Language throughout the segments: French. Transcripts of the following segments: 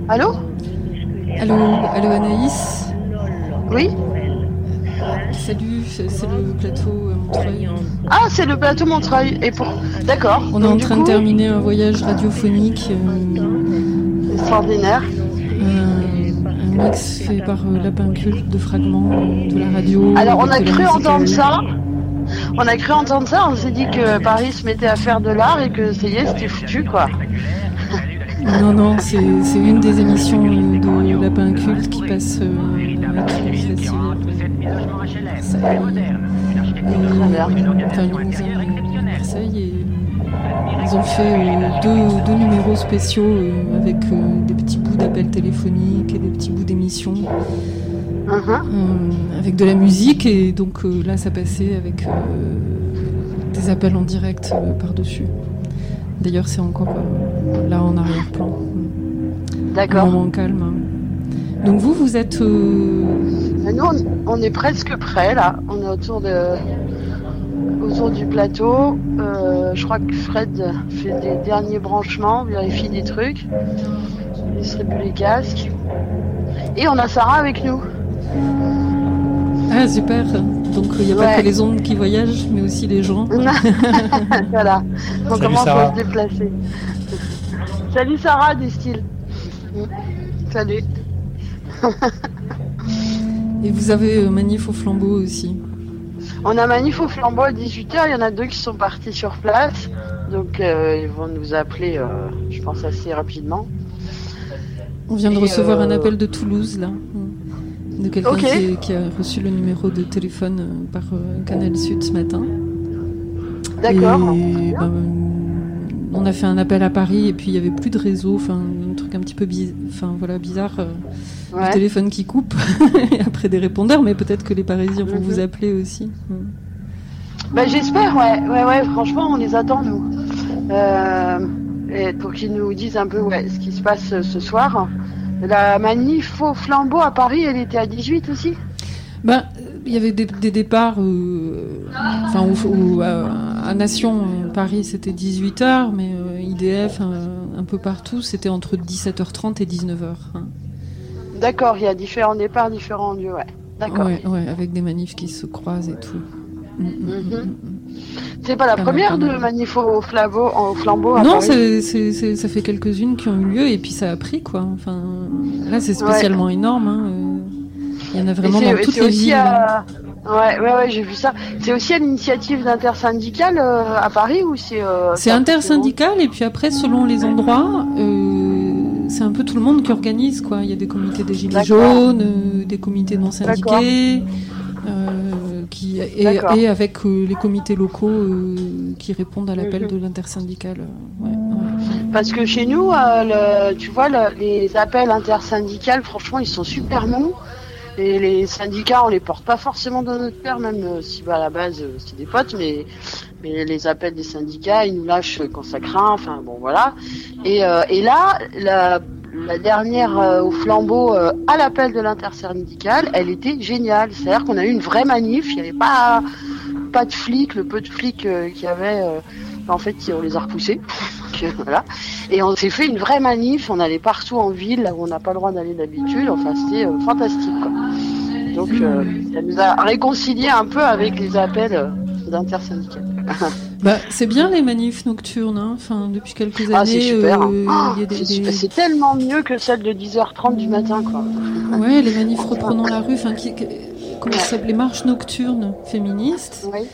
Allô? Allô, allô Anaïs. Oui? Salut, c'est le plateau Montreuil. Ah, c'est le plateau Montreuil. D'accord. On est Donc en du train de coup, terminer un voyage radiophonique, extraordinaire. un mix fait par Lapin Culte de fragments de la radio Alors, on avec a de la cru musique à entendre eux. ça. On a cru entendre ça. On s'est dit que Paris se mettait à faire de l'art et que ça y est, c'était foutu, quoi. Non, c'est une des émissions de Lapin Culte qui passe avec le festival Limousin et Marseille. Et ils ont fait deux numéros spéciaux avec des petits bouts d'appels téléphoniques et des petits bouts d'émissions. Avec de la musique, et donc là ça passait avec des appels en direct par-dessus. D'ailleurs c'est encore là en arrière-plan. D'accord. Un moment calme. Donc vous êtes... Nous on est presque prêts là, on est autour du plateau. Je crois que Fred fait des derniers branchements, vérifie des trucs, distribue les casques. Et on a Sarah avec nous. Ah super, donc il n'y a pas que les ondes qui voyagent, mais aussi les gens. Voilà, on commence Sarah. à se déplacer. Salut Sarah, dit-il. Salut. Et vous avez manif au flambeau aussi. On a manif au flambeau à 18h, il y en a 2 qui sont partis sur place, donc ils vont nous appeler, je pense, assez rapidement. On vient de recevoir un appel de Toulouse là. De quelqu'un qui a reçu le numéro de téléphone par Canal Sud ce matin. D'accord. Et, on a fait un appel à Paris et puis il n'y avait plus de réseau, un truc un petit peu bizarre. Le téléphone qui coupe et après des répondeurs, mais peut-être que les Parisiens vont vous appeler aussi. J'espère, ouais, franchement on les attend nous. Et pour qu'ils nous disent un peu ce qui se passe ce soir. La manif au flambeau à Paris, elle était à 18 aussi? Il y avait des départs, à Nation, Paris c'était 18h, mais IDF, un peu partout, c'était entre 17h30 et 19h. D'accord, il y a différents départs, différents lieux, ouais. D'accord. Ouais, avec des manifs qui se croisent et tout. C'est pas la première de manif au flambeau à non, Paris. ça fait quelques-unes qui ont eu lieu et puis ça a pris quoi. Là c'est spécialement énorme. Il y en a vraiment dans toutes les villes. Ouais, j'ai vu ça. C'est aussi à l'initiative d'intersyndicale à Paris ou c'est intersyndical et puis après selon les endroits, c'est un peu tout le monde qui organise quoi. Il y a des comités des gilets jaunes, des comités non syndiqués. Et avec les comités locaux qui répondent à l'appel de l'intersyndicale. Parce que chez nous, tu vois, les appels intersyndicales, franchement, ils sont super mous. Et les syndicats, on les porte pas forcément dans notre cœur, même si à la base, c'est des potes, mais les appels des syndicats, ils nous lâchent quand ça craint, voilà. Et là, la dernière au flambeau à l'appel de l'intersyndicale, elle était géniale. C'est-à-dire qu'on a eu une vraie manif, il n'y avait pas de flics, le peu de flics qu'il y avait, en fait, on les a repoussés. Voilà. Et on s'est fait une vraie manif, on allait partout en ville, là où on n'a pas le droit d'aller d'habitude, c'était fantastique, quoi. Donc, ça nous a réconcilié un peu avec les appels d'intersyndicales. C'est bien les manifs nocturnes, depuis quelques années. C'est super. C'est tellement mieux que celle de 10h30 du matin, quoi. Ouais, les manifs reprenant la rue, comment ça s'appelle, les marches nocturnes féministes. Oui.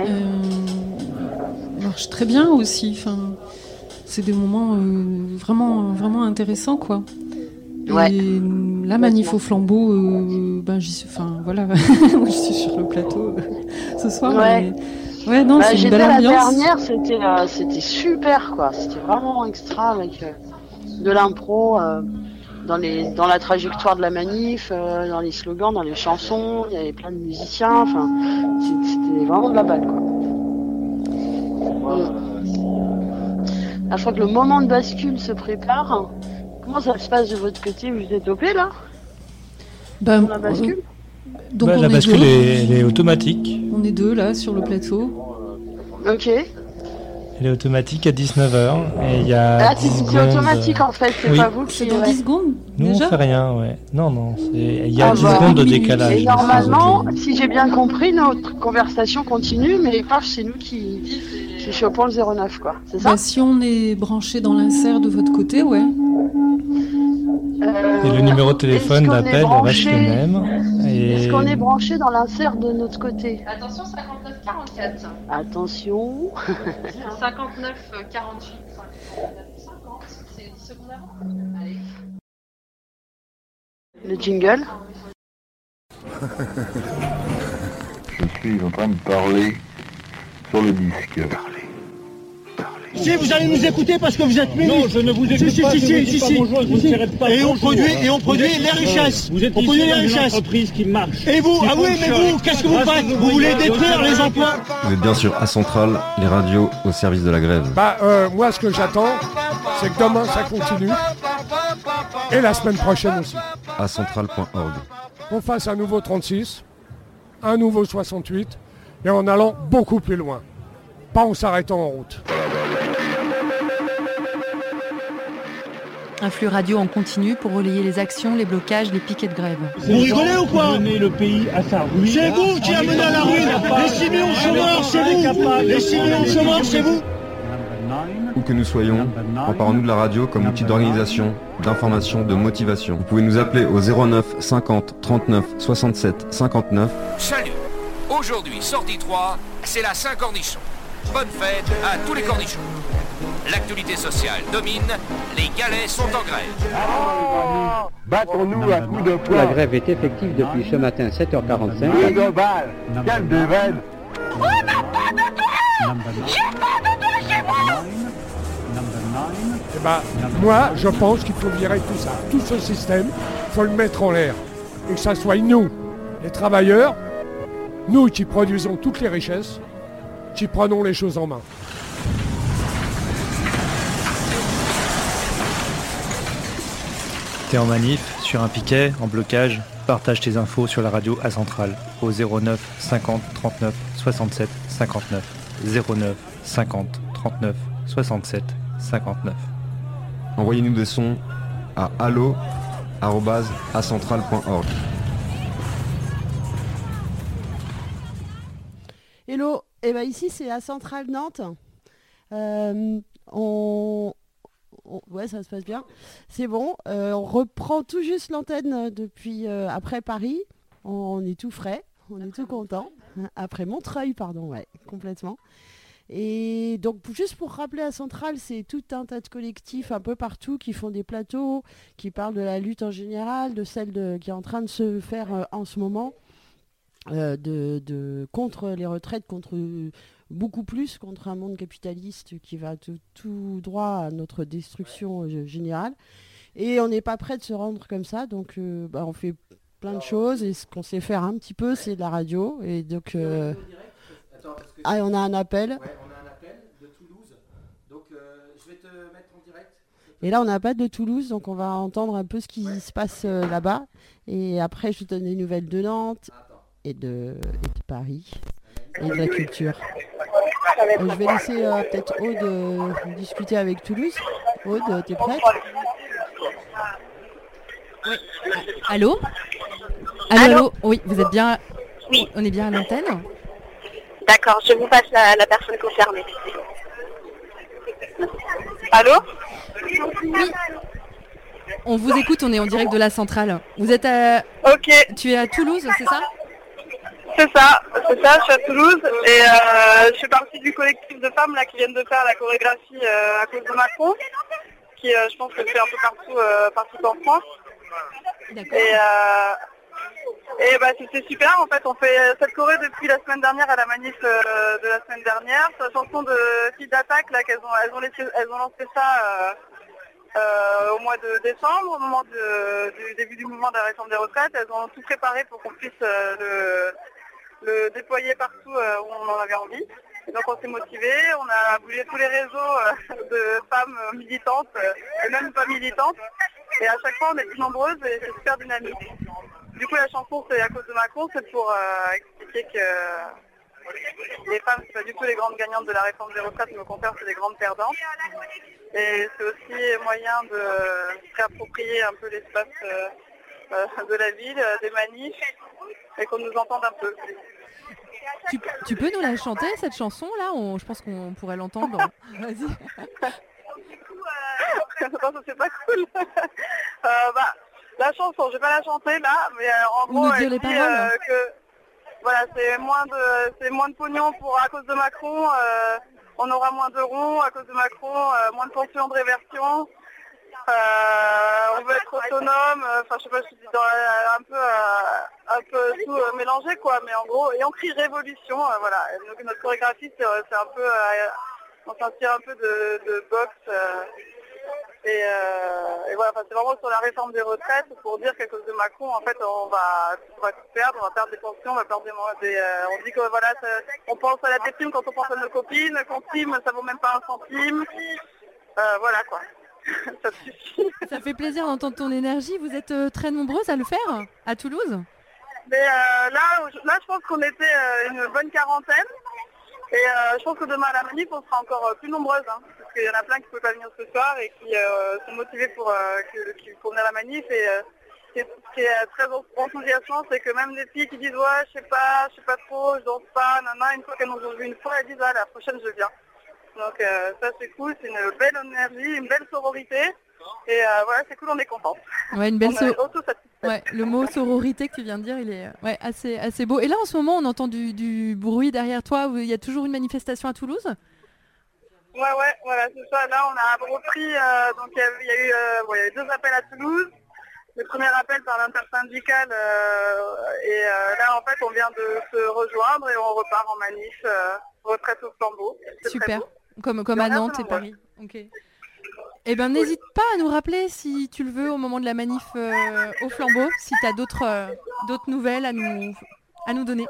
Marchent très bien aussi. C'est des moments vraiment, vraiment intéressants, quoi. Et la manif au flambeau, moi je suis sur le plateau ce soir. Ouais, non, c'est une belle ambiance. La dernière, c'était super, quoi. C'était vraiment extra avec de l'impro dans la trajectoire de la manif, dans les slogans, dans les chansons. Il y avait plein de musiciens. C'était vraiment de la balle, quoi. Là, je crois que le moment de bascule se prépare. Comment ça se passe de votre côté? Vous êtes OP là? Pour la bascule? Donc la bascule est automatique. On est 2 là sur le plateau. Ok. Elle est automatique à 19h. Et il y a 10 c'est secondes. automatique en fait, c'est pas vous qui... C'est dans 10 secondes Nous, déjà on fait rien, ouais. Non, il y a 10 bah, secondes de 10 minutes. décalage. Et mais normalement, c'est ok. si j'ai bien compris, notre conversation continue, mais pas c'est nous qui chopons le 09, quoi. C'est ça? Bah, si on est branché dans l'insert de votre côté, ouais. Et le numéro de téléphone est-ce qu'on est d'appel reste le même. Est-ce qu'on est branché dans l'insert de notre côté? Attention, 59-44. Attention. 59-48. 50, c'est 10 secondes avant. Allez. Le jingle. Je suis en train de parler sur le disque. Si vous allez nous écouter parce que vous êtes ministre. Non, je ne vous écoute pas. Et on produit les richesses. Vous êtes on produit ici les dans une richesses. entreprise qui marche. Et vous, mais vous, qu'est-ce que vous faites? Vous voulez détruire les emplois? Vous êtes bien sûr à Centrale, les radios au service de la grève. Moi, ce que j'attends, c'est que demain, ça continue. Et la semaine prochaine aussi. À centrale.org. Qu'on fasse un nouveau 36, un nouveau 68, et en allant beaucoup plus loin. Pas en s'arrêtant en route. Un flux radio en continu pour relayer les actions, les blocages, les piquets de grève. Vous rigolez ou quoi? Mener le pays à sa ruine. C'est vous qui amenez à la ruine. Les 6 millions de chômeurs, c'est vous. Les 6 millions de chômeurs, c'est vous. Où que nous soyons, emparons-nous de la radio comme outil d'organisation, d'information, de motivation. Vous pouvez nous appeler au 09 50 39 67 59. Salut! Aujourd'hui, sortie 3, c'est la Saint-Cornichon. Bonne fête à tous les cornichons. L'actualité sociale domine, les galets sont en grève. Battons-nous à coups de poing. La grève est effective depuis ce matin 7h45. Le global, quelle déveine. On n'a pas de toit! J'ai pas de toit chez moi! Moi, je pense qu'il faut virer tout ça. Tout ce système, il faut le mettre en l'air. Et que ça soit nous, les travailleurs, nous qui produisons toutes les richesses, qui prenons les choses en main. T'es en manif, sur un piquet, en blocage, partage tes infos sur la radio à Centrale au 09 50 39 67 59. 09 50 39 67 59. Envoyez-nous des sons à allo@acentrale.org. Hello, ici c'est à Centrale Nantes. Ouais, ça se passe bien. C'est bon, on reprend tout juste l'antenne depuis après Paris. On est tout frais, on est tout content. Après Montreuil, pardon, ouais, complètement. Et donc, juste pour rappeler à Centrale, c'est tout un tas de collectifs un peu partout qui font des plateaux, qui parlent de la lutte en général, de celle qui est en train de se faire en ce moment, contre les retraites, beaucoup plus contre un monde capitaliste qui va tout droit à notre destruction générale. Et on n'est pas prêt de se rendre comme ça, donc on fait plein de choses, et ce qu'on sait faire un petit peu, c'est de la radio. Et donc, on a un appel. Ouais, on a un appel de Toulouse, donc je vais te mettre en direct. Et là, on n'a pas de Toulouse, donc on va entendre un peu ce qui se passe là-bas. Et après, je te donne des nouvelles de Nantes et de Paris et de la culture. Je vais laisser peut-être Aude discuter avec Toulouse. Aude, t'es prête? Oui. Allô? Allô? Oui, vous êtes bien? Oui. On est bien à l'antenne? D'accord, je vous passe la personne concernée. Allô? Oui. On vous écoute, on est en direct de la centrale. Vous êtes à... Ok. Tu es à Toulouse, c'est ça? C'est ça, je suis à Toulouse et je fais partie du collectif de femmes là, qui viennent de faire la chorégraphie à cause de Macron, qui je pense que c'est un peu partout en France. D'accord. Et c'était super, en fait on fait cette choré depuis la semaine dernière à la manif de la semaine dernière. C'est la chanson de Filles d'attaque là qu'elles ont lancé ça au mois de décembre, au moment du début du mouvement de la réforme des retraites. Elles ont tout préparé pour qu'on puisse le déployer partout où on en avait envie. Et donc on s'est motivés, on a bougé tous les réseaux de femmes militantes et même pas militantes. Et à chaque fois on est plus nombreuses et c'est super dynamique. Du coup la chanson c'est à cause de Macron, c'est pour expliquer les femmes, c'est pas du tout les grandes gagnantes de la réforme des retraites, mais au contraire, c'est les grandes perdantes. Et c'est aussi moyen de se réapproprier un peu l'espace de la ville, des manifs, et qu'on nous entende un peu. Tu peux nous la chanter, cette chanson-là? Je pense qu'on pourrait l'entendre. Vas-y. C'est pas cool. La chanson, je vais pas la chanter là, mais en gros, elle dit que voilà, c'est moins de pognon à cause de Macron. On aura moins de ronds à cause de Macron, moins de pensions de réversion. On veut être autonome. Enfin, je sais pas, je suis un peu tout mélangé quoi, mais en gros, et on crie révolution. Voilà, donc, notre chorégraphie, c'est un peu, on s'inspire un peu de boxe. Et voilà, c'est vraiment sur la réforme des retraites pour dire qu'à cause de Macron, en fait, on va tout perdre, on va perdre des pensions, on va perdre on dit que voilà, on pense à la déprime quand on pense à nos copines, qu'on prime, ça vaut même pas un centime. Voilà quoi. Ça suffit. Ça fait plaisir d'entendre ton énergie. Vous êtes très nombreuses à le faire à Toulouse? Mais là, je pense qu'on était une bonne quarantaine. Et je pense que demain à la manif, on sera encore plus nombreuses, hein, parce qu'il y en a plein qui ne peuvent pas venir ce soir et qui sont motivés pour venir à la manif. Et ce qui est très enthousiasmant, c'est que même les filles qui disent ouais, je sais pas trop, je danse pas, une fois qu'elles nous ont vu une fois, elles disent ah, la prochaine je viens. Donc ça c'est cool, c'est une belle énergie, une belle sororité. Et voilà, c'est cool, on est contents. Ouais, une belle ouais, le mot sororité que tu viens de dire, il est assez beau. Et là, en ce moment, on entend du bruit derrière toi. Il y a toujours une manifestation à Toulouse? Ouais, voilà, c'est ça. Là, on a repris. Donc, il y a eu 2 appels à Toulouse. Le premier appel par l'intersyndicale. Et là, en fait, on vient de se rejoindre et on repart en manif retraite au flambeau. Super. Comme à Nantes et Paris. Ok. Eh bien, n'hésite pas à nous rappeler si tu le veux au moment de la manif au flambeau, si tu as d'autres nouvelles à nous donner.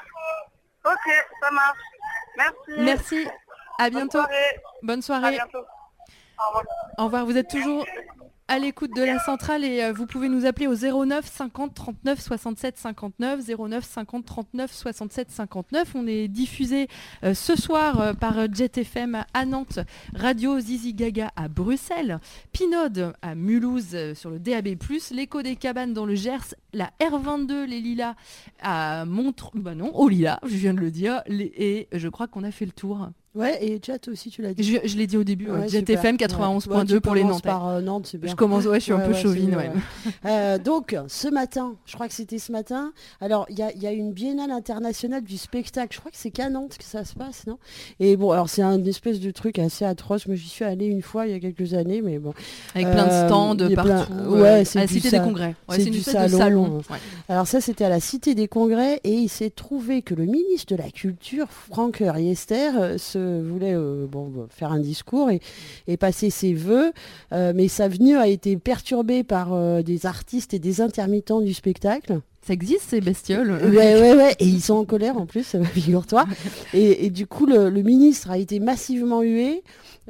Ok, ça marche. Merci. Merci. À bientôt. Bonne soirée. À bientôt. Au revoir. Au revoir. Vous êtes toujours à l'écoute de la centrale et vous pouvez nous appeler au 09 50 39 67 59, 09 50 39 67 59. On est diffusé ce soir par Jet FM à Nantes, Radio Zizi Gaga à Bruxelles, Pinode à Mulhouse sur le DAB+, l'Écho des Cabanes dans le Gers, la R22 les Lilas à Montreux, au Lilas, je viens de le dire, et je crois qu'on a fait le tour. Ouais, et Jet aussi, tu l'as dit. Je l'ai dit au début, ouais, Jet FM 91.2 pour les Nantais. Par Nantes, c'est bien. Je commence, je suis un peu chauvine. Donc, ce matin, je crois que c'était ce matin, alors il y a une biennale internationale du spectacle, je crois que c'est qu'à Nantes que ça se passe, non? Et bon, alors c'est un espèce de truc assez atroce, moi j'y suis allée une fois il y a quelques années, mais bon. Avec plein de stands partout, c'est à la Cité des Congrès. C'est une espèce de salon. Alors ça, c'était à la Cité des Congrès, et il s'est trouvé que le ministre de la Culture, Franck Riester, voulait faire un discours et passer ses vœux, mais sa venue a été perturbée par des artistes et des intermittents du spectacle. Ça existe ces bestioles. Ouais, et ils sont en colère en plus, figure-toi. Et du coup, le ministre a été massivement hué.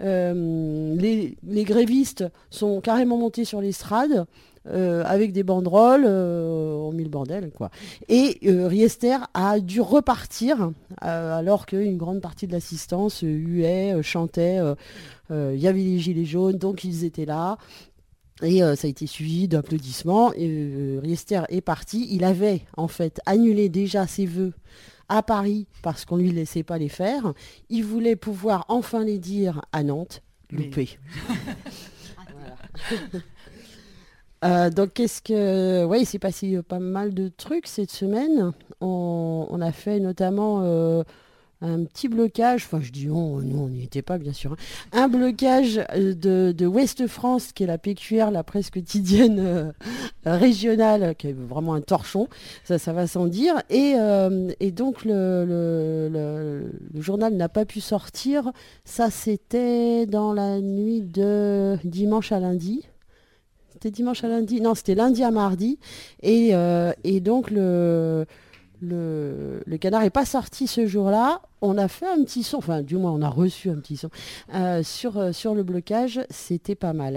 Les grévistes sont carrément montés sur l'estrade. Avec des banderoles, on mit le bordel quoi. Et Riester a dû repartir alors qu'une grande partie de l'assistance huait, chantait. Il y avait les gilets jaunes, donc ils étaient là. Et ça a été suivi d'applaudissements. Riester est parti. Il avait en fait annulé déjà ses vœux à Paris parce qu'on ne lui laissait pas les faire. Il voulait pouvoir enfin les dire à Nantes. Loupé. Donc il s'est passé pas mal de trucs cette semaine. On a fait notamment un petit blocage, enfin je dis nous on n'y était pas bien sûr, un blocage de Ouest France, qui est la PQR, la presse quotidienne régionale, qui est vraiment un torchon, ça va sans dire, et donc le journal n'a pas pu sortir, ça c'était dans la nuit de dimanche à lundi. C'était dimanche à lundi? Non, c'était lundi à mardi. Et donc, le canard n'est pas sorti ce jour-là. On a fait un petit son, enfin, du moins, on a reçu un petit son sur le blocage. C'était pas mal.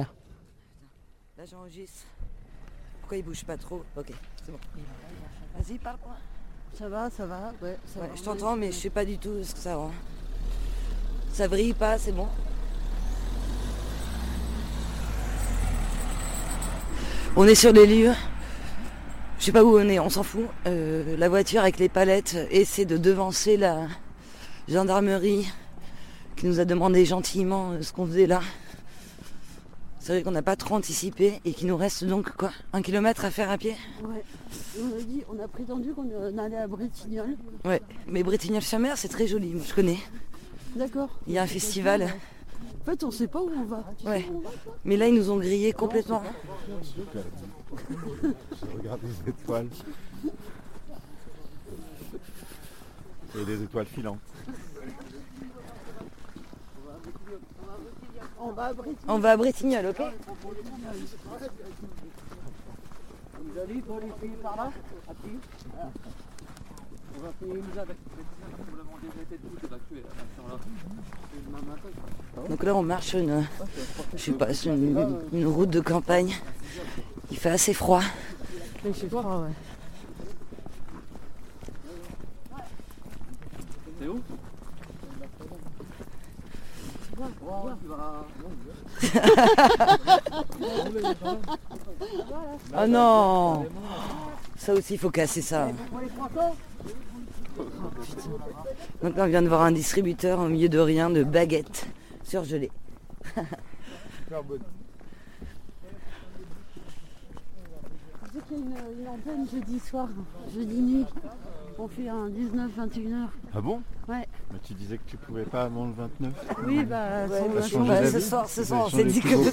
Là, j'enregistre. Pourquoi il bouge pas trop? Ok, c'est bon. Vas-y, parle-moi. Ça va, ouais. Ouais, je t'entends, mais je sais pas du tout ce que ça rend. Ça vrille pas, c'est bon. On est sur les lieux. Je sais pas où on est, on s'en fout. La voiture avec les palettes essaie de devancer la gendarmerie qui nous a demandé gentiment ce qu'on faisait là. C'est vrai qu'on n'a pas trop anticipé et qu'il nous reste donc quoi, 1 kilomètre à faire à pied. Ouais. On a prétendu qu'on allait à Bretignolles. Ouais, mais Bretignolles-sur-Mer c'est très joli, moi je connais. D'accord. Il y a un festival. En fait on sait pas où on va. Ouais. Mais là ils nous ont grillé complètement. Je regarde les étoiles. Et des étoiles filantes. On va à Bretignolles, ok? Vous allez pour les filles par là? À pied? On va payer une avec. Donc là on marche sur une, je sais pas, sur une route de campagne. Il fait assez froid. Il fait froid, ouais. C'est où? Oh non! Ça aussi il faut casser ça. Donc là on vient de voir un distributeur au milieu de rien de baguettes surgelées. Super bonne. Je sais qu'il y a une antenne jeudi soir, jeudi nuit. On fait un 19-21h. Ah bon? Ouais. Mais tu disais que tu pouvais pas avant le 29. Oui, bah, ce soir, on s'est dit que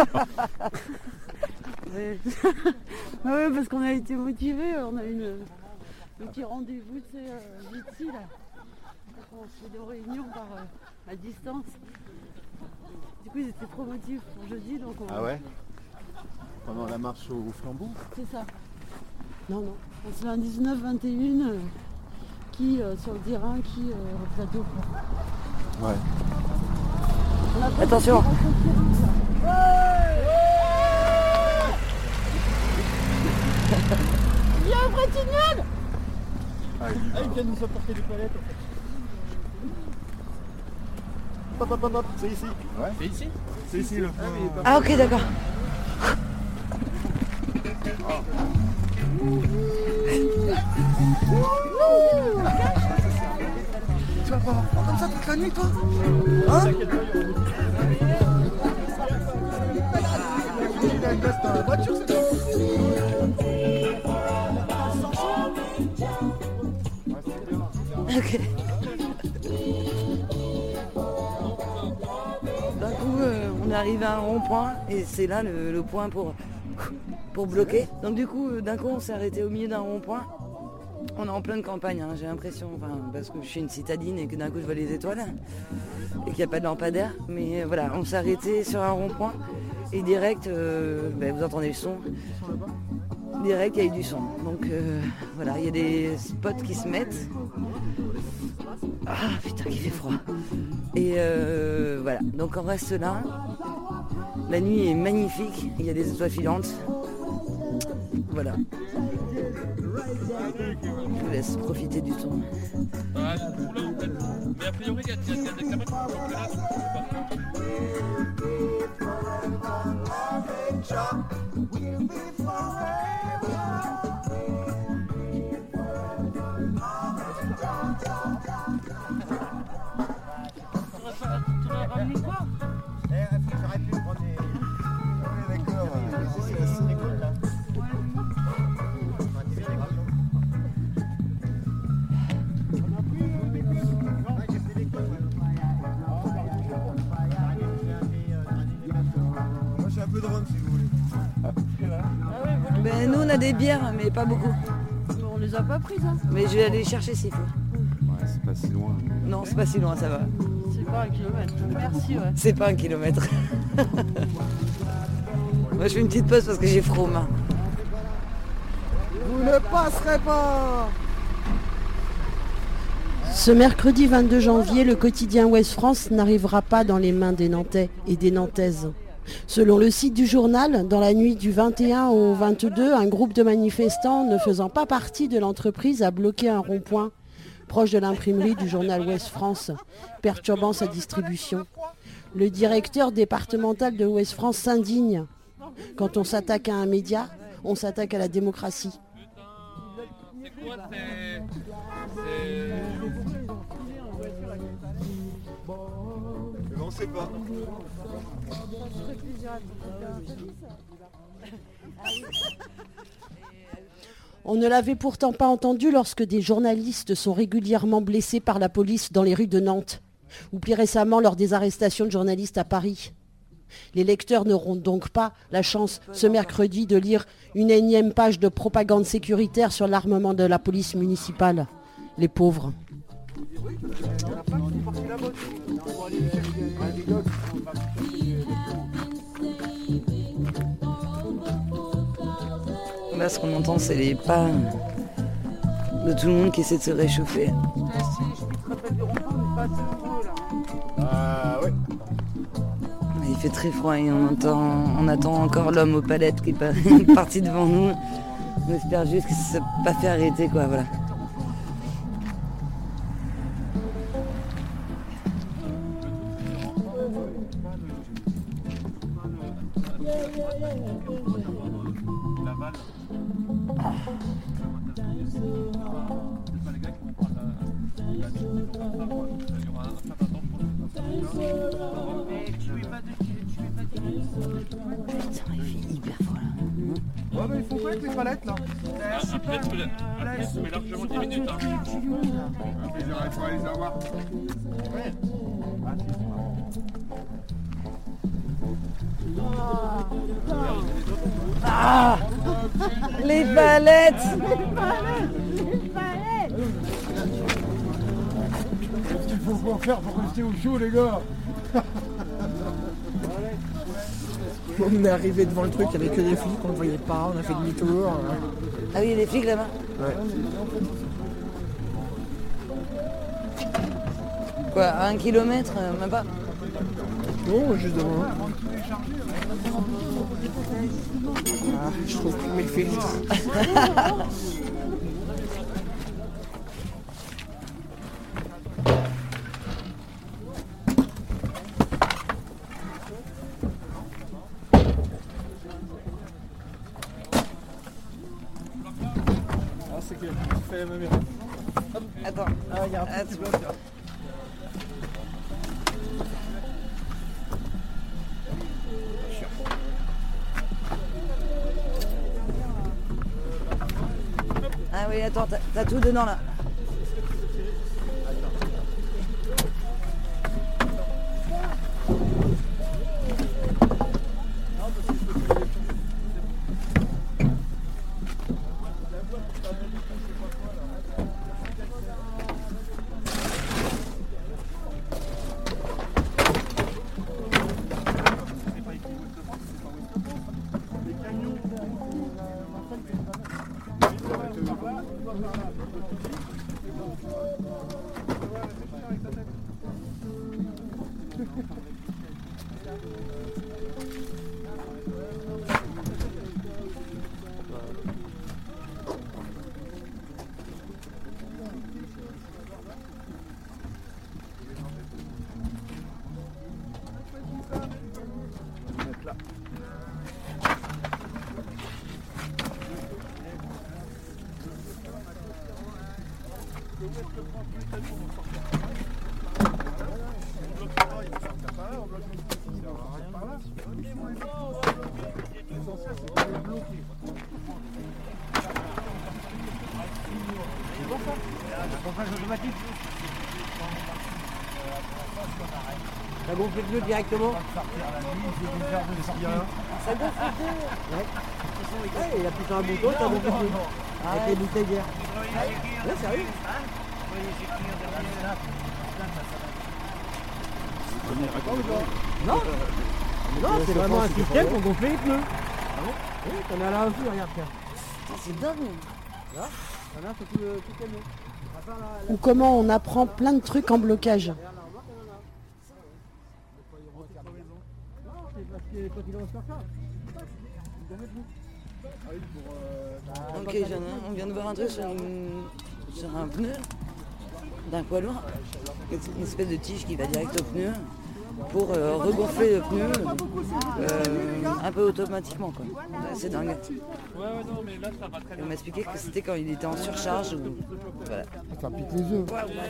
ouais. Ouais, parce qu'on a été motivés, on a eu un petit rendez-vous d'ici là. On fait des réunions à distance. Du coup, ils étaient trop motivés pour jeudi. Donc Ah ouais? Pendant la marche au flambeau? C'est ça. Non. C'est un 19-21 qui sur le terrain, qui au plateau. Ouais. Attention. Viens à Bretignolles. Il vient nous apporter des palettes en fait. Hop, c'est ici. Ouais. C'est ici? C'est ici le point. Ah ok d'accord. Tu vas pas avoir froid comme ça toute la nuit toi? Hein? Il a une veste dans la voiture c'est tout. Ok. D'un coup, on est arrivé à un rond-point et c'est là le point pour bloquer. Donc du coup, d'un coup, on s'est arrêté au milieu d'un rond-point. On est en pleine campagne, hein, j'ai l'impression, parce que je suis une citadine et que d'un coup je vois les étoiles et qu'il n'y a pas de lampadaire. Mais voilà, on s'est arrêté sur un rond-point et direct, vous entendez le son. Direct, il y a eu du son. Donc voilà, il y a des spots qui se mettent. Ah putain, qu'il fait froid. Et voilà, donc on reste là. La nuit est magnifique, il y a des étoiles filantes. Voilà. Je vous laisse profiter du son. Mais a priori, il y a des caméras J'aurais pu prendre des... D'accord, c'est la Sénégal là. Moi j'ai un peu de rhum si vous voulez. Ben, nous on a des bières, mais pas beaucoup. On les a pas prises, hein. Mais je vais aller les chercher s'il faut. Ouais, c'est pas si loin. Non, c'est pas si loin, ça va. C'est pas 1 kilomètre. Merci, ouais. C'est pas 1 kilomètre. Moi je fais une petite pause parce que j'ai froid aux mains. Vous ne passerez pas. Ce mercredi 22 janvier, le quotidien Ouest France n'arrivera pas dans les mains des Nantais et des Nantaises. Selon le site du journal, dans la nuit du 21 au 22, un groupe de manifestants ne faisant pas partie de l'entreprise a bloqué un rond-point proche de l'imprimerie du journal Ouest France, perturbant sa distribution. Le directeur départemental de Ouest France s'indigne. Quand on s'attaque à un média, on s'attaque à la démocratie. On sait pas. On ne l'avait pourtant pas entendu lorsque des journalistes sont régulièrement blessés par la police dans les rues de Nantes, ou plus récemment lors des arrestations de journalistes à Paris. Les lecteurs n'auront donc pas la chance ce mercredi de lire une énième page de propagande sécuritaire sur l'armement de la police municipale. Les pauvres. Là, ce qu'on entend, c'est les pas de tout le monde qui essaie de se réchauffer. Ouais. Il fait très froid et on attend encore l'homme aux palettes qui est parti devant nous. On espère juste que ça ne s'est pas fait arrêter, quoi, voilà. Ouais, mais ils font quoi avec les palettes là? Après, tu mets largement 10 minutes. Hein. Il faudra les avoir. Ouais. Ah, les palettes. Qu'est-ce qu'il faut encore faire pour rester au chaud, les gars? On est arrivé devant le truc, il n'y avait que des flics, on ne voyait pas, on a fait demi-tour. Ah oui, il y a des flics là-bas? Ouais. Quoi, à 1 kilomètre, même pas? Non, juste devant. Ah, je trouve plus mes filtres. C'est qu'il fait la même erreur. Attends. Ah, il y a un petit bloc là. Ah oui, attends, t'as tout dedans là. Ça gonfle le pneu directement. Ça gonfle le pneu. Ouais. Il appuie sur un bouton, ça gonfle le pneu. Avec les bouteilles d'air. Ouais, sérieux. Non. Non, c'est vraiment un système pour gonfler les pneus. Ah bon? Oui, t'en as là aussi, regarde, tiens. C'est dingue. Là, c'est tout le pneu. Ou comment on apprend plein de trucs en blocage. quand il va se faire ça. Ok, on vient de voir un truc sur un pneu d'un poids lourd. Une espèce de tige qui va direct au pneu pour regonfler le pneu un peu automatiquement, quoi. C'est dingue. On m'a expliqué que c'était quand il était en surcharge. Voilà. Ça pique les yeux.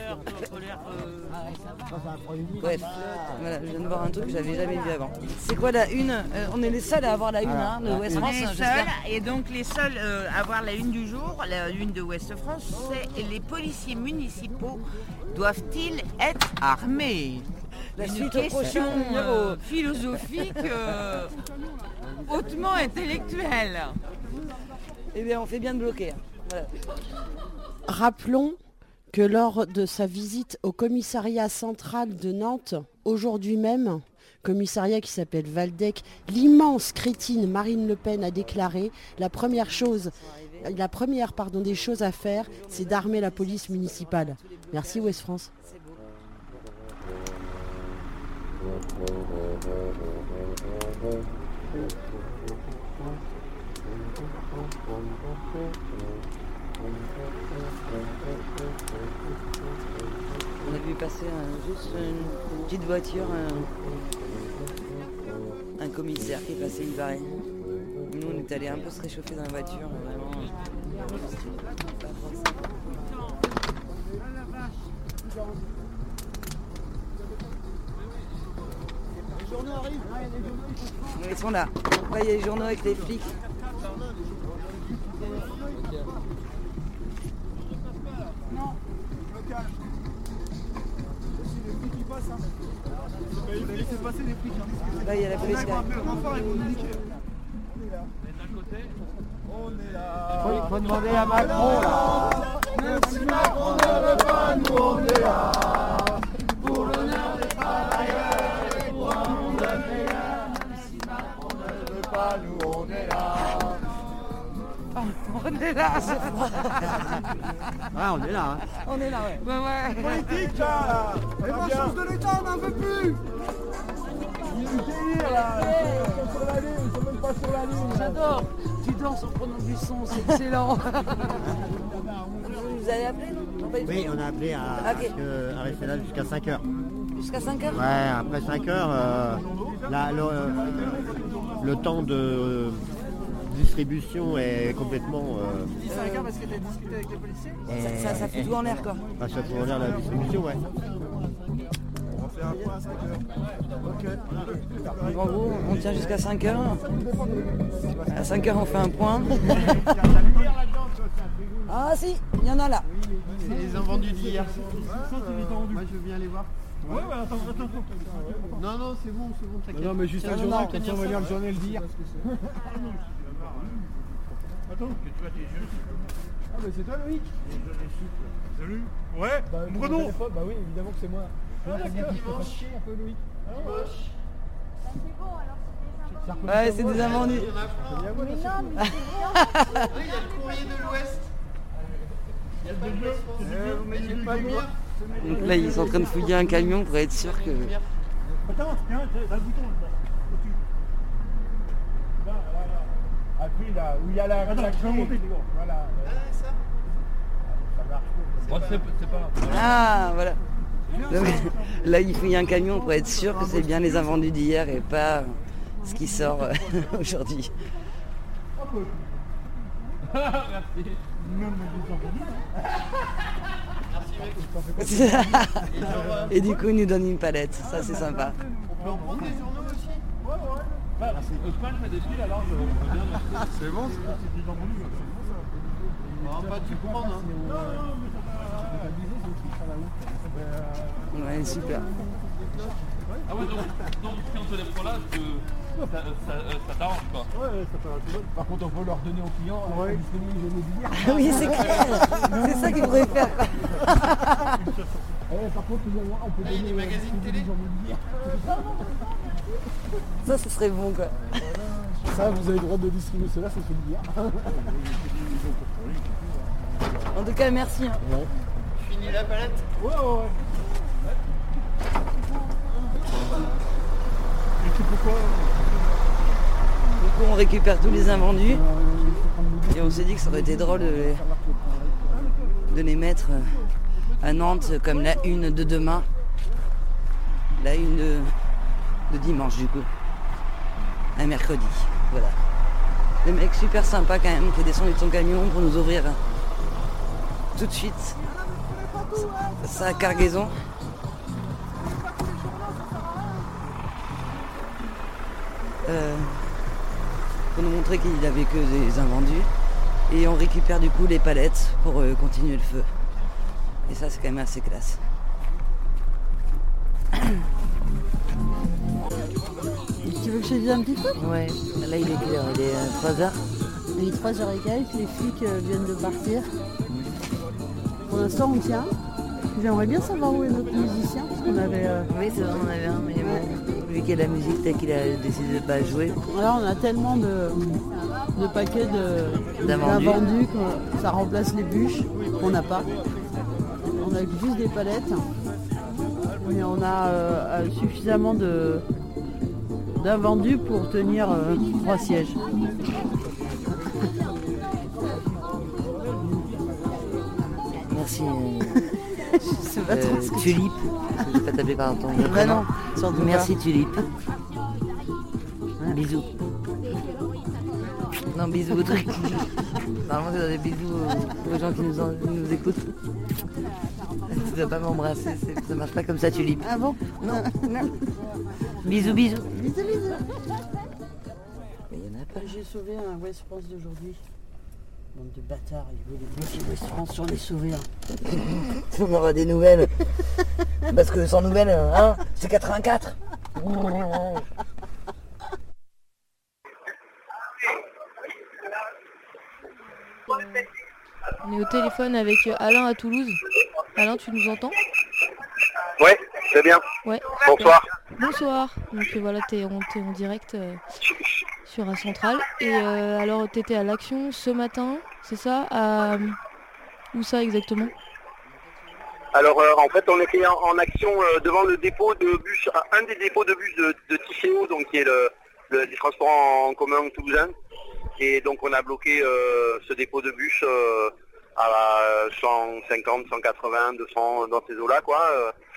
Bref, voilà, je viens de voir un truc que j'avais jamais vu avant. C'est quoi la une? On est les seuls à avoir la une, hein, de Ouest France. Les seuls, et donc les seuls à avoir la une du jour, la une de Ouest France, c'est les policiers municipaux doivent-ils être armés? La Une suite au question prochain philosophique hautement intellectuelle. Eh bien, on fait bien de bloquer. Voilà. Rappelons que lors de sa visite au commissariat central de Nantes, aujourd'hui même, commissariat qui s'appelle Valdec, l'immense crétine Marine Le Pen a déclaré la première des choses à faire, c'est d'armer la police municipale. Merci Ouest France. On a vu passer juste une petite voiture, un commissaire qui est passé, il paraît. Nous, on est allé un peu se réchauffer dans la voiture, vraiment. Les journaux arrivent. Ils sont là. Là, il y a les journaux avec les flics. Non, blocage. Aussi les flics qui passent. Hein. Il faut laisser passer les flics. Hein. Là, il y a la police. On est là. On est là. Faut demander à Macron là. Même si Macron ne veut pas, nous on est là. Pour l'honneur des travailleurs et pour un monde meilleur. Même si Macron ne veut pas, nous on est là. On est là. Ah, on est là. Hein. On est là, ouais. Ouais. Politique là. Les ressources de l'État, on n'en veut plus. Il y a du délire là. Ils sont sur la ligne, ils sont même pas sur la ligne. J'adore. Tu danses en prenant du son, c'est excellent. Vous avez appelé, non? Oui, on a appelé à rester là jusqu'à 5h. Jusqu'à 5h? Ouais, après 5h, le temps de distribution est complètement... 5h parce que tu as discuté avec les policiers. Ça fout tout en l'air, quoi. Ça fout en l'air la distribution, ouais. On va faire un point à 5h. Ok. En gros, on tient jusqu'à 5h. À 5h, on fait un point. Ah si, il y en a là. C'est les invendus d'hier. Moi, je veux bien aller voir. Ouais, attends. Non, c'est bon, t'inquiète. Non, mais juste un journal, quand on va lire le journal d'hier. Attends, que tu vois tes jeux. Ah, mais c'est toi, Loïc. Salut. Ouais, Bruno. Bah oui, évidemment que c'est moi. Chier un peu, Loïc. Ouais, c'est des invendus. Il y a le courrier de l'Ouest. Il y a le bleu. Vous mettez pas bien. Donc là, ils sont en train de fouiller un camion pour être sûr que... Attends, tiens, t'as le bouton là. Là. Appuie là, où il y a la... Attends, je vais monter. Voilà. Ça marche. Bon, c'est pas... Ah, voilà. Donc, là, il fouille un camion pour être sûr que c'est bien les invendus d'hier et pas ce qui sort aujourd'hui. Merci. Et du coup, il nous donne une palette. Ça, c'est sympa. On peut en prendre des journaux aussi. Merci. Osman fait des piles alors je veux bien merci. C'est bon, c'est des invendus. On va pas tout prendre. Hein. Ouais, super. Ah ouais, donc si on te les prend là, ça t'arrange quoi. Ouais, ça t'arrange. Par contre, on peut leur donner aux clients. Ouais. Ah oui, c'est clair. C'est ça qu'ils pourraient faire. Par contre, on peut donner des magazines télé. Ça, ce serait bon quoi. Ça, vous avez le droit de distribuer cela, ça se fait bien. En tout cas, merci. Hein. Ouais. Fini la palette. Ouais. Et c'est pourquoi coup, on récupère tous les invendus. Et on s'est dit que ça aurait été drôle de les mettre à Nantes comme la une de demain. La une de dimanche, du coup. Un mercredi. Voilà. Le mec super sympa quand même qui est descendu de son camion pour nous ouvrir tout de suite sa cargaison. Pour nous montrer qu'il n'avait que des invendus. Et on récupère du coup les palettes pour continuer le feu. Et ça c'est quand même assez classe. Tu veux que je te dise un petit peu? Ouais, là il est clair, il est 3h. Il est 3h et quelques, les flics viennent de partir. Pour l'instant on tient. J'aimerais bien savoir où est notre musicien, parce qu'on avait... Oui c'est vrai, on avait un, mais bon, vu qu'il y a la musique telle qu'il a décidé de ne pas jouer. Là on a tellement de paquets d'invendus que ça remplace les bûches qu'on n'a pas. On a juste des palettes. Mais on a suffisamment d'invendus pour tenir 3 sièges. Merci. Je sais pas trop ce que Tulipe. Je vais pas t'appeler par ton nom. Bah non, surtout pas. Merci Tulipe. Bisous. Non, bisous au truc. Normalement, c'est des bisous aux gens qui nous écoutent. Tu dois pas m'embrasser, ça marche pas comme ça, Tulipe. Ah bon? Non, non. Bisous, bisous. Bisous, bisous. Mais il y en a pas. J'ai sauvé un West France d'aujourd'hui. Bande de bâtards, ils veulent les bloquer West France, j'en ai sauvé un. On aura des nouvelles. Parce que sans nouvelles, hein, c'est 84. On est au téléphone avec Alain à Toulouse. Alain, tu nous entends? Ouais, c'est bien. Ouais. Bonsoir. Bonsoir. Donc voilà, t'es en direct sur la centrale. Et alors, t'étais à l'Action ce matin, c'est ça? Où ça exactement? Alors en fait, on était en action devant le dépôt de bus, un des dépôts de bus de Tisséo, donc qui est des transports en commun toulousain. Et donc on a bloqué ce dépôt de bus à 150, 180, 200 dans ces eaux-là, quoi.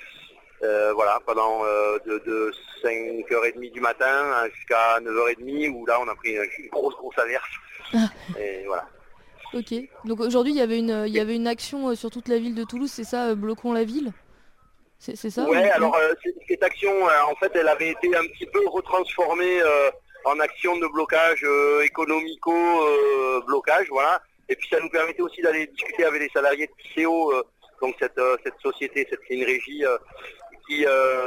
Voilà, pendant de 5h30 du matin jusqu'à 9h30, où là on a pris une grosse averse. Et voilà. Ok. Donc aujourd'hui il y avait une action sur toute la ville de Toulouse, c'est ça, bloquons la ville? C'est ça? Ouais, alors cette action, en fait, elle avait été un petit peu retransformée en action de blocage économico-blocage, voilà. Et puis ça nous permettait aussi d'aller discuter avec les salariés de Tisséo, donc cette société, c'est une régie qui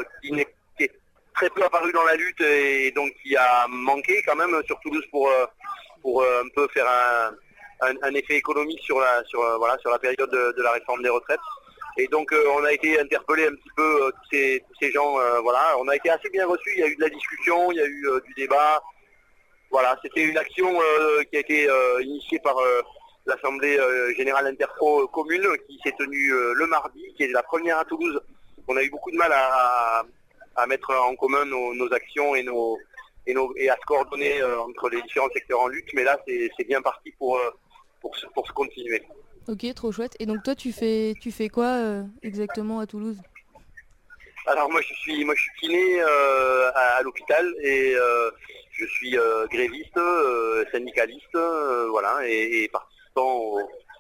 est très peu apparue dans la lutte et donc qui a manqué quand même sur Toulouse pour un peu faire un effet économique sur la période de la réforme des retraites. Et donc on a été interpellé un petit peu tous ces gens, voilà. On a été assez bien reçus, il y a eu de la discussion, il y a eu du débat. Voilà, c'était une action qui a été initiée par l'Assemblée Générale Interpro Commune qui s'est tenue le mardi, qui est la première à Toulouse. On a eu beaucoup de mal à mettre en commun nos actions et à se coordonner entre les différents secteurs en lutte, mais là c'est bien parti pour se continuer. Ok, trop chouette. Et donc toi tu fais quoi exactement à Toulouse? Alors moi je suis kiné à l'hôpital et je suis gréviste, syndicaliste, voilà, et participant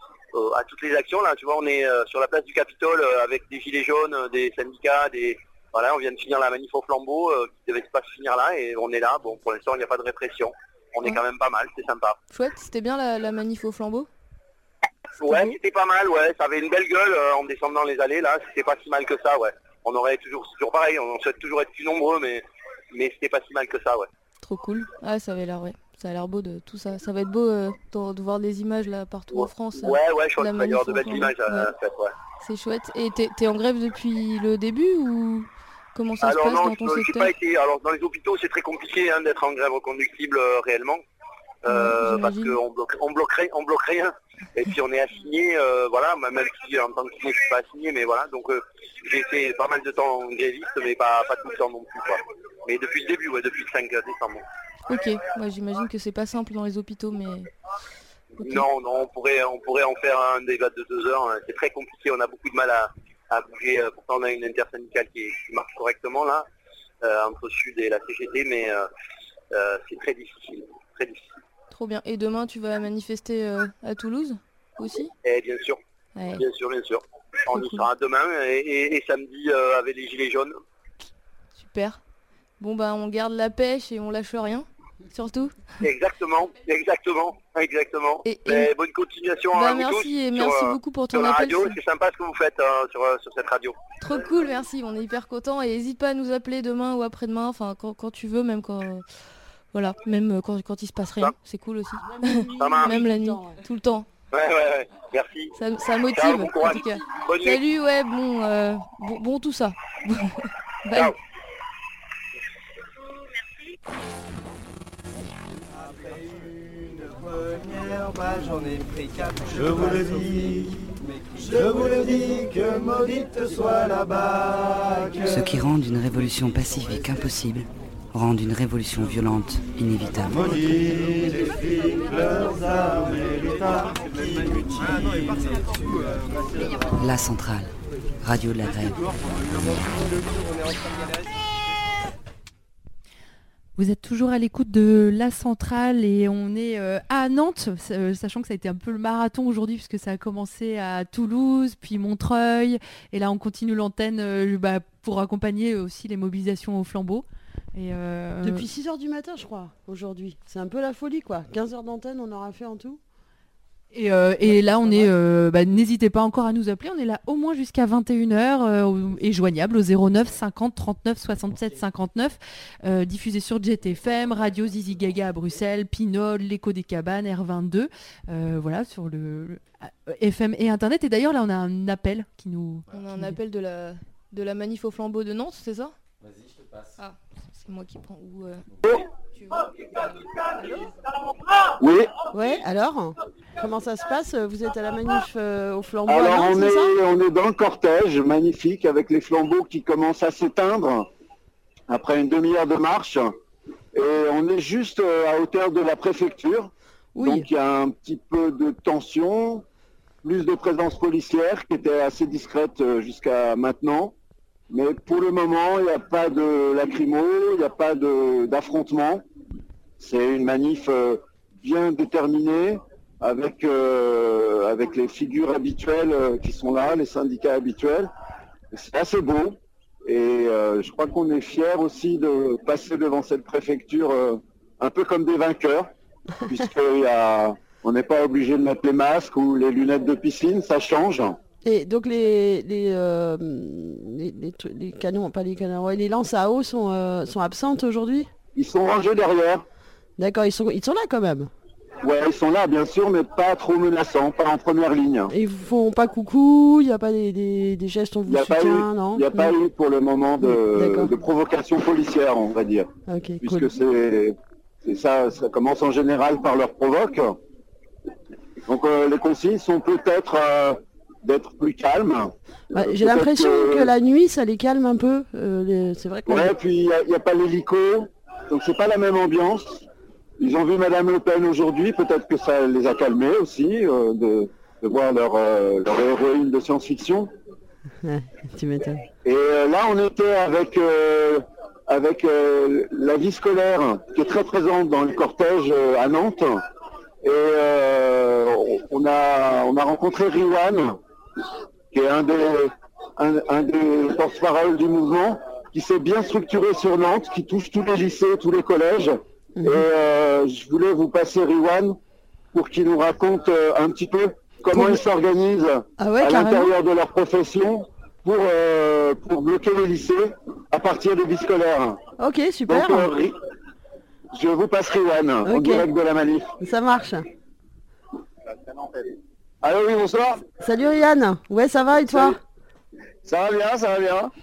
à toutes les actions. Là, tu vois, on est sur la place du Capitole avec des gilets jaunes, des syndicats, voilà, on vient de finir la manif au flambeau qui devait pas se finir là et on est là. Bon, pour l'instant il n'y a pas de répression. On est quand même pas mal, c'est sympa. Chouette, c'était bien la manif au flambeau? Ouais, c'était pas mal, ouais, ça avait une belle gueule en descendant les allées là, c'était pas si mal que ça, ouais. On aurait toujours pareil, on souhaite toujours être plus nombreux, mais c'était pas si mal que ça, ouais. Trop cool. Ah, ça avait l'air, ouais. Ça a l'air beau de tout ça. Ça va être beau de voir des images là partout en France. Ouais, je crois qu'il va y avoir de belles images à faire, ouais. C'est chouette. Et t'es en grève depuis le début ou comment ça se passe dans ton secteur? J'ai pas été. Alors dans les hôpitaux c'est très compliqué d'être en grève reconductible réellement. Parce qu'on bloque rien. Et puis on est assigné, voilà, même si en tant que kiné je suis pas assigné, mais voilà, donc j'ai été pas mal de temps gréviste, mais pas tout le temps non plus, quoi. Mais depuis le début, ouais, depuis le 5 décembre. Ok, ouais, j'imagine que c'est pas simple dans les hôpitaux, mais... Okay. Non, on pourrait en faire un débat de 2 heures. Hein. C'est très compliqué, on a beaucoup de mal à bouger. Pourtant, on a une intersyndicale qui marche correctement là, entre Sud et la CGT, mais c'est très difficile. Trop bien. Et demain, tu vas manifester à Toulouse aussi? Et bien sûr, ouais. Bien sûr. On y sera demain et samedi avec les Gilets jaunes. Super. Bon bah on garde la pêche et on lâche rien, surtout. Exactement. Et bonne continuation à vous merci tous. Et merci beaucoup pour ton appel. Radio, c'est sympa ce que vous faites sur cette radio. Trop cool, merci, on est hyper contents et n'hésite pas à nous appeler demain ou après-demain, enfin quand tu veux, même quand... Voilà, même quand il se passe rien, c'est cool aussi. Même la nuit, tout le temps. Ouais, merci. Ça motive, ciao, bon courage. En tout cas. Bonne Salut, nuit. ouais, bon tout ça. Bye. Ciao. Après une première balle, j'en ai pris 4. Je vous le dis, que maudite soit la bague. Ce qui rend une révolution pacifique impossible rend une révolution violente inévitable. Maudit les flics, leurs armes et l'État. La Centrale, radio de la grève. Vous êtes toujours à l'écoute de La Centrale et on est à Nantes, sachant que ça a été un peu le marathon aujourd'hui puisque ça a commencé à Toulouse, puis Montreuil, et là on continue l'antenne pour accompagner aussi les mobilisations au flambeau. Et Depuis 6h du matin je crois, aujourd'hui. C'est un peu la folie quoi. 15 heures d'antenne on aura fait en tout. Et là, on est, n'hésitez pas encore à nous appeler, on est là au moins jusqu'à 21h et joignable au 09 50 39 67 59, diffusé sur Jet FM, Radio Zizi Gaga à Bruxelles, Pinol, l'Écho des Cabanes, R22, voilà, sur le FM et Internet. Et d'ailleurs, là, on a un appel qui nous... On a un appel de la manif au flambeau de Nantes, c'est ça? Vas-y, je te passe. Ah, c'est moi qui prends. Oui. Ouais, alors comment ça se passe? Vous êtes à la manif au flambeau? Alors à Nantes, on est dans le cortège magnifique avec les flambeaux qui commencent à s'éteindre après une demi-heure de marche. Et on est juste à hauteur de la préfecture. Oui. Donc il y a un petit peu de tension, plus de présence policière qui était assez discrète jusqu'à maintenant. Mais pour le moment, il n'y a pas de lacrymo, il n'y a pas d'affrontement. C'est une manif bien déterminée avec les figures habituelles qui sont là, les syndicats habituels. C'est assez beau et je crois qu'on est fiers aussi de passer devant cette préfecture un peu comme des vainqueurs, puisqu'on n'est pas obligé de mettre les masques ou les lunettes de piscine, ça change. Et donc les canons, pas les canons, les lances à eau sont absentes aujourd'hui? Ils sont rangés derrière. D'accord, ils sont là quand même. Ouais, ils sont là bien sûr, mais pas trop menaçants, pas en première ligne. Et ils vous font pas coucou, il n'y a pas des gestes on vous soutient, non? Il n'y a pas eu pour le moment de provocation policière, on va dire. Okay, puisque cool. c'est ça commence en général par leur provoque. Donc les consignes sont peut-être d'être plus calmes. J'ai l'impression que la nuit ça les calme un peu. C'est vrai que... Ouais, puis il n'y a pas l'hélico, donc c'est pas la même ambiance. Ils ont vu Madame Le Pen aujourd'hui, peut-être que ça les a calmés aussi, de voir leur héroïne de science-fiction. Tu m'étonnes. Et là on était avec la vie scolaire qui est très présente dans le cortège à Nantes. Et on a rencontré Riwan, qui est un des porte-parole du mouvement, qui s'est bien structuré sur Nantes, qui touche tous les lycées, tous les collèges. Et je voulais vous passer Riwan pour qu'il nous raconte un petit peu comment ils s'organisent à l'intérieur de leur profession pour bloquer les lycées à partir des vies scolaires. Ok, super. Donc, je vous passe Riwan, en direct de la manif. Ça marche. Allô, oui, bonsoir. Salut Rian. Ouais, ça va et toi? Ça va bien, ça va bien.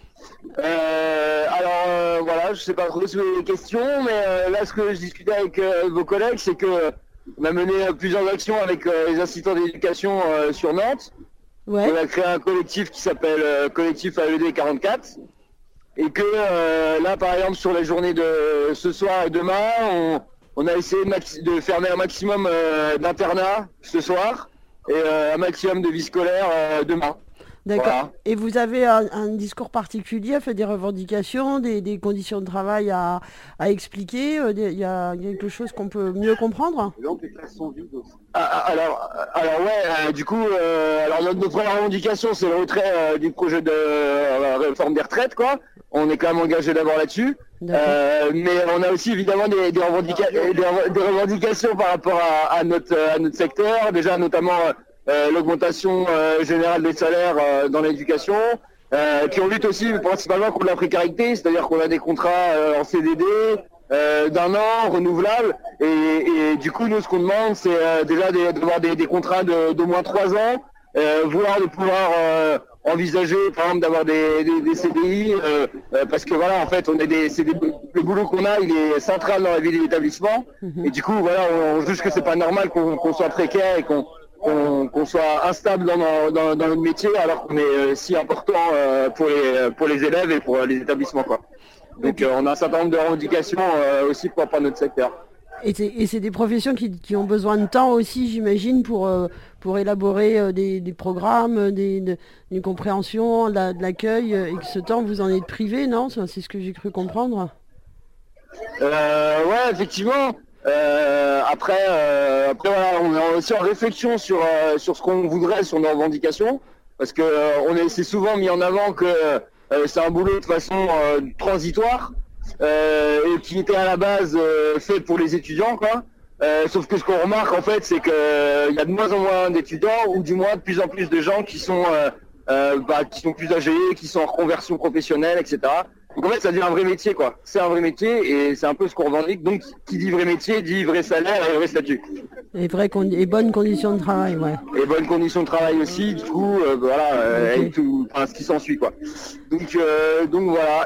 Voilà, je sais pas trop si vous avez des questions, mais là, ce que je discutais avec vos collègues, c'est que on a mené plusieurs actions avec les assistants d'éducation sur Nantes. Ouais. On a créé un collectif qui s'appelle Collectif AED 44. et que là, par exemple, sur la journée de ce soir et demain, on a essayé de fermer un maximum d'internats ce soir et un maximum de vie scolaire demain. D'accord. Voilà. Et vous avez un discours particulier, fait des revendications, des conditions de travail à expliquer. Il y a quelque chose qu'on peut mieux comprendre. Donc les classes sont vides aussi. Alors ouais, du coup, alors notre première revendication, c'est le retrait du projet de réforme des retraites, quoi. On est quand même engagé d'abord là-dessus. Mais on a aussi évidemment des revendications par rapport à notre secteur, déjà notamment l'augmentation générale des salaires dans l'éducation, qui on lutte aussi principalement contre la précarité, c'est-à-dire qu'on a des contrats en CDD d'un an, renouvelables, et du coup nous ce qu'on demande c'est déjà d'avoir des contrats d'au moins 3 ans, voire de pouvoir envisager par exemple d'avoir des CDI, parce que voilà en fait le boulot qu'on a il est central dans la vie de l'établissement, et du coup voilà on juge que c'est pas normal qu'on soit précaire et qu'on soit instable dans notre métier alors qu'on est si important pour les élèves et pour les établissements, quoi. Donc on a un certain nombre de revendications aussi par notre secteur. Et c'est des professions qui ont besoin de temps aussi, j'imagine, pour élaborer des programmes, une compréhension, de l'accueil, et que ce temps vous en êtes privé, non? C'est ce que j'ai cru comprendre. Ouais, effectivement. Après voilà, on est aussi en réflexion sur ce qu'on voudrait sur nos revendications, parce que c'est souvent mis en avant que c'est un boulot de façon transitoire et qui était à la base fait pour les étudiants, quoi. Sauf que ce qu'on remarque en fait, c'est que il y a de moins en moins d'étudiants, ou du moins de plus en plus de gens qui sont plus âgés, qui sont en reconversion professionnelle, etc. Donc en fait, ça devient un vrai métier, quoi. C'est un vrai métier et c'est un peu ce qu'on revendique. Donc, qui dit vrai métier, dit vrai salaire et vrai statut. Et bonnes conditions de travail, ouais. Et bonnes conditions de travail aussi, du coup, et tout, ce qui s'ensuit, quoi. Donc voilà.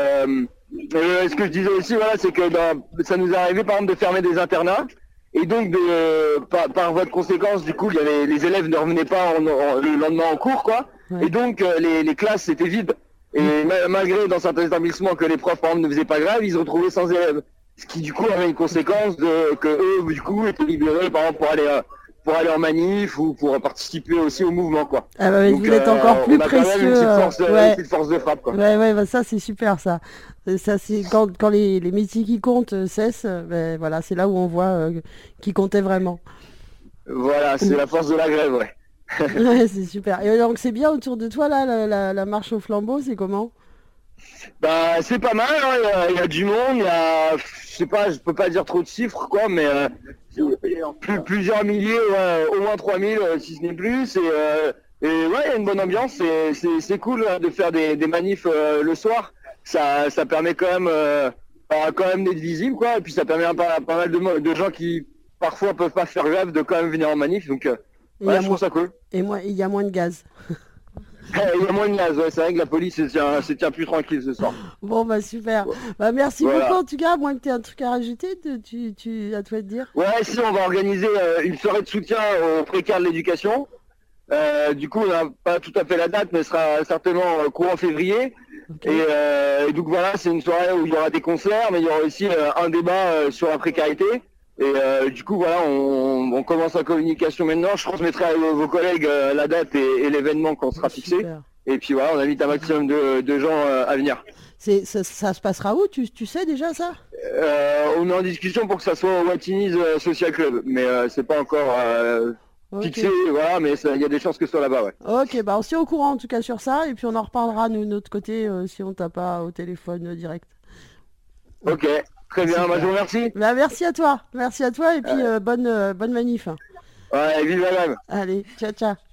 Et ce que je disais aussi, voilà, c'est que ça nous est arrivé, par exemple, de fermer des internats. Et donc, par voie de conséquence, du coup, les élèves ne revenaient pas le lendemain en cours, quoi. Ouais. Et donc, les classes étaient vides. Et malgré dans certains établissements que les profs par exemple ne faisaient pas grève, ils se retrouvaient sans élèves. Ce qui du coup avait une conséquence que eux du coup étaient libérés par exemple pour aller en manif ou pour participer aussi au mouvement, quoi. Ah bah, donc, vous êtes encore plus précieux. Une petite force de frappe, quoi. Ouais, bah, ça c'est super ça. Ça c'est quand les métiers qui comptent cessent, voilà, c'est là où on voit qui comptait vraiment. Voilà, c'est la force de la grève, ouais. Ouais, c'est super. Et donc c'est bien autour de toi là, la marche au flambeau, c'est comment? Bah c'est pas mal, hein. Il y a du monde, il y a, je sais pas, je peux pas dire trop de chiffres, quoi, mais plusieurs milliers, ouais, au moins 3000 si ce n'est plus, et ouais, il y a une bonne ambiance, c'est cool de faire des manifs le soir, ça permet quand même d'être visible, quoi, et puis ça permet pas mal de gens qui parfois peuvent pas faire grève de quand même venir en manif, donc ouais, je trouve ça cool. Et moi, il y a moins de gaz. Il y a moins de gaz, ouais, c'est vrai que la police se tient plus tranquille ce soir. Bon bah super. Bah merci beaucoup en tout cas, à moins que tu aies un truc à rajouter, à toi de dire. Ouais, si on va organiser une soirée de soutien aux précaires de l'éducation. Du coup on n'a pas tout à fait la date, mais ce sera certainement courant février. Okay. Et donc voilà, c'est une soirée où il y aura des concerts, mais il y aura aussi un débat sur la précarité. Et du coup voilà, on commence la communication maintenant. Je transmettrai à vos collègues la date et l'événement quand on sera fixé. Et puis voilà, on invite un maximum de gens à venir. Ça se passera où, tu sais déjà ça? On est en discussion pour que ça soit au Watini's Social Club, mais c'est pas encore fixé, voilà, mais il y a des chances que ce soit là-bas, ouais. Ok, bah on s'est au courant en tout cas sur ça, et puis on en reparlera nous de notre côté si on t'a pas au téléphone direct. Ok. Très bien, bah, je vous remercie. Bah, merci à toi, et puis bonne manif. Ouais, vive la grève. Allez, ciao.